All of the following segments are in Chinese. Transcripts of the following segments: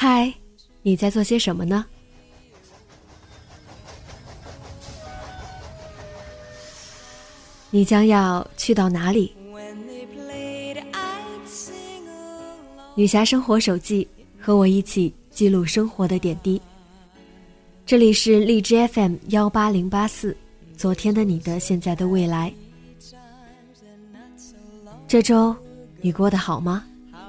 嗨，你在做些什么呢？你将要去到哪里？女侠生活手记，和我一起记录生活的点滴。这里是荔枝 FM18084，昨天的你的，现在的未来。这周你过得好吗？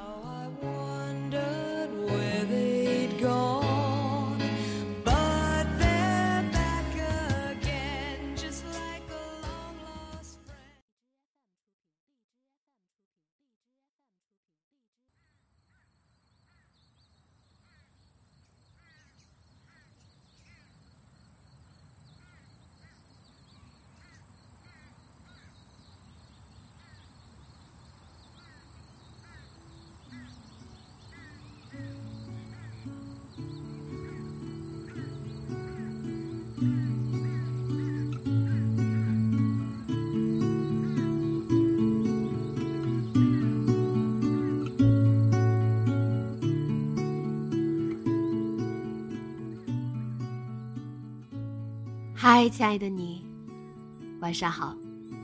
嗨，亲爱的你，晚上好。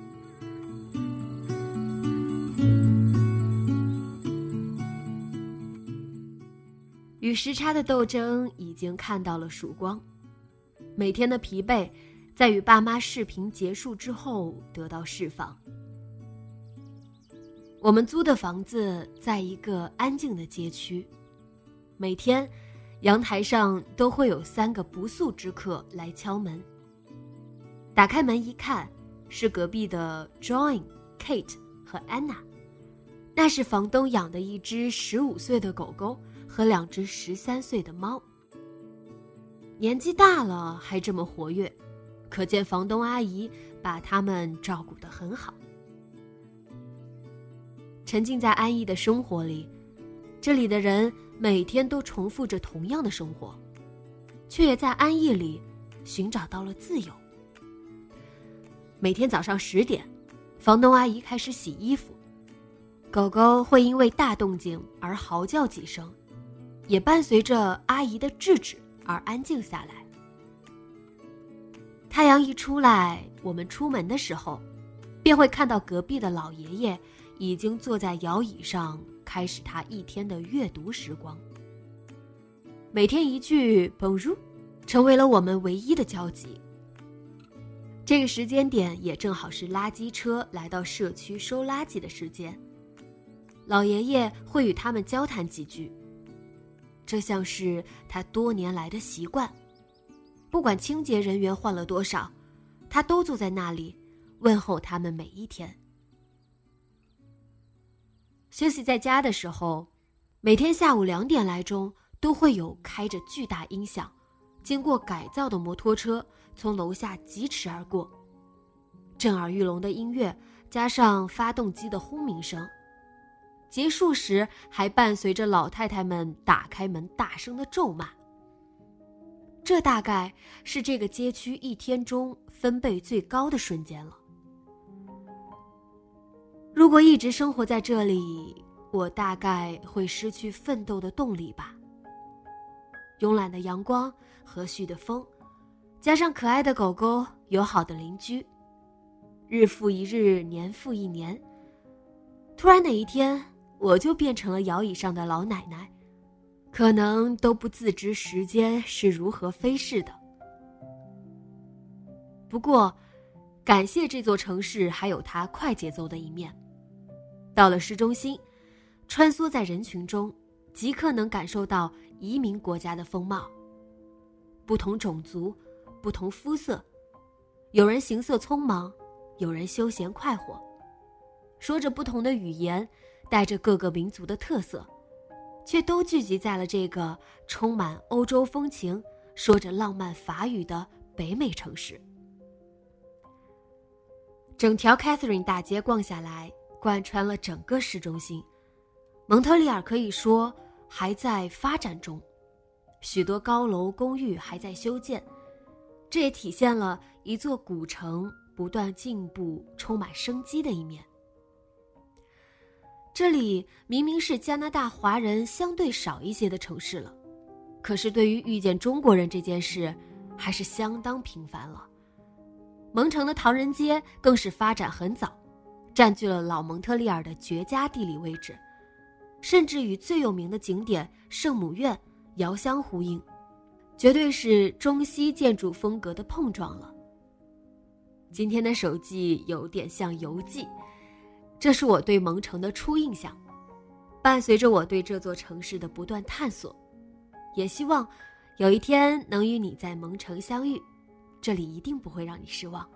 与时差的斗争已经看到了曙光，每天的疲惫在与爸妈视频结束之后得到释放。我们租的房子在一个安静的街区，每天阳台上都会有3个不速之客来敲门。打开门一看，是隔壁的 Joan、Kate 和 Anna， 那是房东养的一只15岁的狗狗和2只13岁的猫。年纪大了还这么活跃，可见房东阿姨把他们照顾得很好。沉浸在安逸的生活里，这里的人每天都重复着同样的生活，却也在安逸里寻找到了自由。每天早上10点，房东阿姨开始洗衣服，狗狗会因为大动静而嚎叫几声，也伴随着阿姨的制止而安静下来。太阳一出来，我们出门的时候，便会看到隔壁的老爷爷已经坐在摇椅上，开始他一天的阅读时光。每天一句 Bonjour 成为了我们唯一的交集。这个时间点也正好是垃圾车来到社区收垃圾的时间，老爷爷会与他们交谈几句，这像是他多年来的习惯。不管清洁人员换了多少，他都坐在那里问候他们每一天。休息在家的时候，每天下午2点来钟都会有开着巨大音响经过改造的摩托车从楼下疾驰而过，震耳欲聋的音乐加上发动机的轰鸣声，结束时还伴随着老太太们打开门大声的咒骂。这大概是这个街区一天中分贝最高的瞬间了。如果一直生活在这里，我大概会失去奋斗的动力吧。慵懒的阳光，和煦的风，加上可爱的狗狗，友好的邻居，日复一日，年复一年。突然哪一天，我就变成了摇椅上的老奶奶，可能都不自知时间是如何飞逝的。不过，感谢这座城市还有它快节奏的一面。到了市中心，穿梭在人群中，即刻能感受到移民国家的风貌。不同种族，不同肤色，有人行色匆忙，有人休闲快活，说着不同的语言，带着各个民族的特色，却都聚集在了这个充满欧洲风情、说着浪漫法语的北美城市。整条 Catherine 大街逛下来，贯穿了整个市中心。蒙特利尔可以说还在发展中，许多高楼公寓还在修建，这也体现了一座古城不断进步、充满生机的一面。这里明明是加拿大华人相对少一些的城市了， 可是对于遇见中国人这件事，还是相当频繁了。蒙城的唐人街更是发展很早，占据了老蒙特利尔的绝佳地理位置，甚至与最有名的景点圣母院遥相呼应，绝对是中西建筑风格的碰撞了。今天的手记有点像游记，这是我对蒙城的初印象，伴随着我对这座城市的不断探索，也希望有一天能与你在蒙城相遇，这里一定不会让你失望。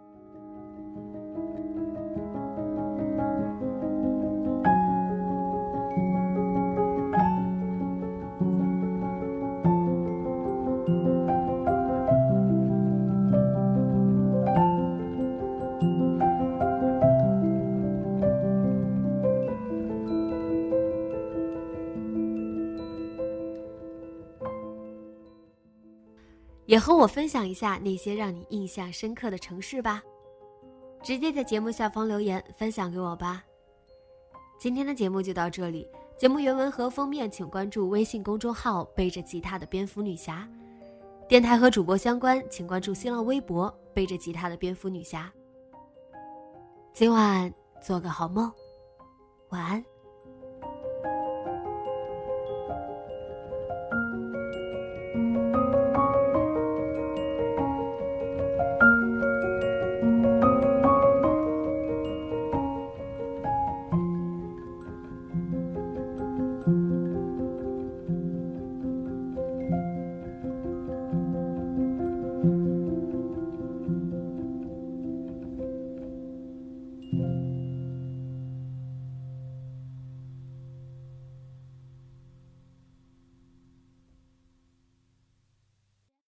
也和我分享一下那些让你印象深刻的城市吧，直接在节目下方留言分享给我吧。今天的节目就到这里，节目原文和封面请关注微信公众号背着吉他的蝙蝠女侠，电台和主播相关请关注新浪微博背着吉他的蝙蝠女侠。今晚做个好梦，晚安。